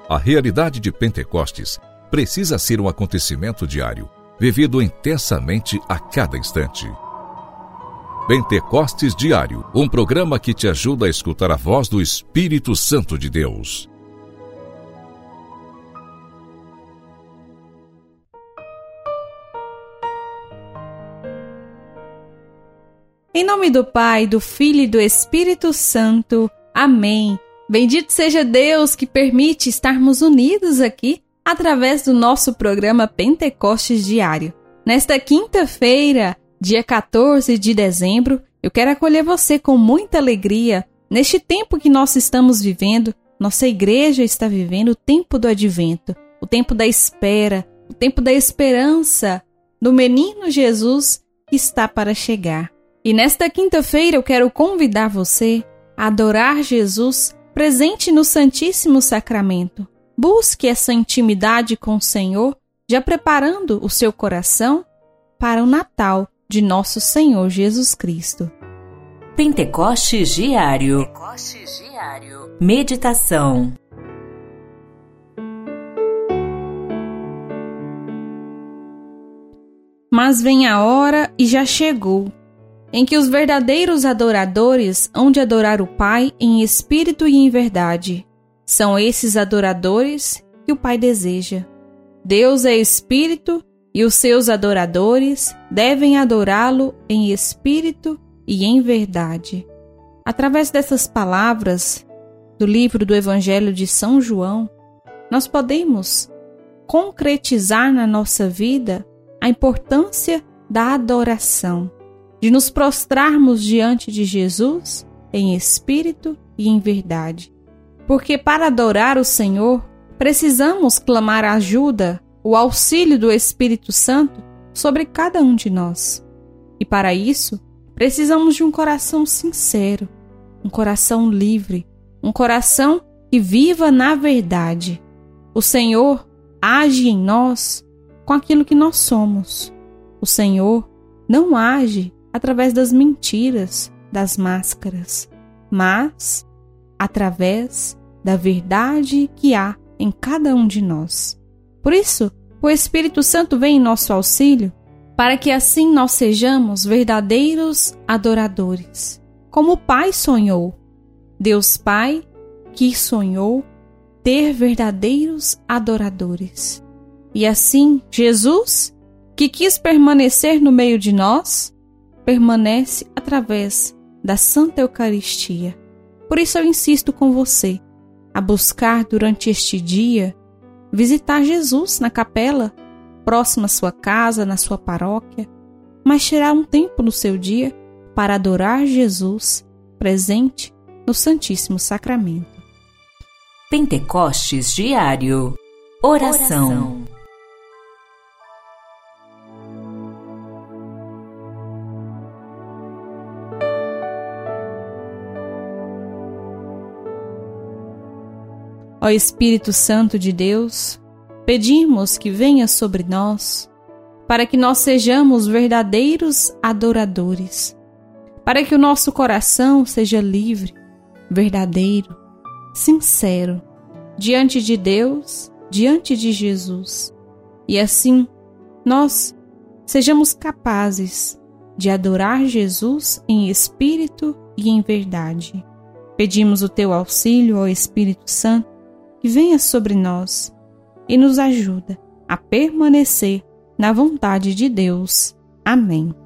A realidade de Pentecostes precisa ser um acontecimento diário, vivido intensamente a cada instante. Pentecostes Diário, um programa que te ajuda a escutar a voz do Espírito Santo de Deus. Em nome do Pai, do Filho e do Espírito Santo. Amém. Bendito seja Deus que permite estarmos unidos aqui através do nosso programa Pentecostes Diário. Nesta quinta-feira, dia 14 de dezembro, eu quero acolher você com muita alegria. Neste tempo que nós estamos vivendo, nossa igreja está vivendo o tempo do advento, o tempo da espera, o tempo da esperança do menino Jesus que está para chegar. E nesta quinta-feira eu quero convidar você a adorar Jesus presente no Santíssimo Sacramento. Busque essa intimidade com o Senhor, já preparando o seu coração para o Natal de nosso Senhor Jesus Cristo. Pentecostes Diário. Meditação. Mas vem a hora e já chegou, em que os verdadeiros adoradores hão de adorar o Pai em espírito e em verdade. São esses adoradores que o Pai deseja. Deus é espírito e os seus adoradores devem adorá-lo em espírito e em verdade. Através dessas palavras do livro do Evangelho de São João, nós podemos concretizar na nossa vida a importância da adoração, de nos prostrarmos diante de Jesus em espírito e em verdade. Porque para adorar o Senhor, precisamos clamar a ajuda, o auxílio do Espírito Santo sobre cada um de nós. E para isso, precisamos de um coração sincero, um coração livre, um coração que viva na verdade. O Senhor age em nós com aquilo que nós somos. O Senhor não age através das mentiras, das máscaras, mas através da verdade que há em cada um de nós. Por isso, o Espírito Santo vem em nosso auxílio para que assim nós sejamos verdadeiros adoradores, como o Pai sonhou. Deus Pai que sonhou ter verdadeiros adoradores. E assim, Jesus, que quis permanecer no meio de nós, permanece através da Santa Eucaristia. Por isso eu insisto com você a buscar durante este dia visitar Jesus na capela, próxima à sua casa, na sua paróquia, mas tirar um tempo no seu dia para adorar Jesus presente no Santíssimo Sacramento. Pentecostes Diário. Oração. Ó Espírito Santo de Deus, pedimos que venha sobre nós, para que nós sejamos verdadeiros adoradores, para que o nosso coração seja livre, verdadeiro, sincero, diante de Deus, diante de Jesus. E assim, nós sejamos capazes de adorar Jesus em espírito e em verdade. Pedimos o teu auxílio, ó Espírito Santo, que venha sobre nós e nos ajuda a permanecer na vontade de Deus. Amém.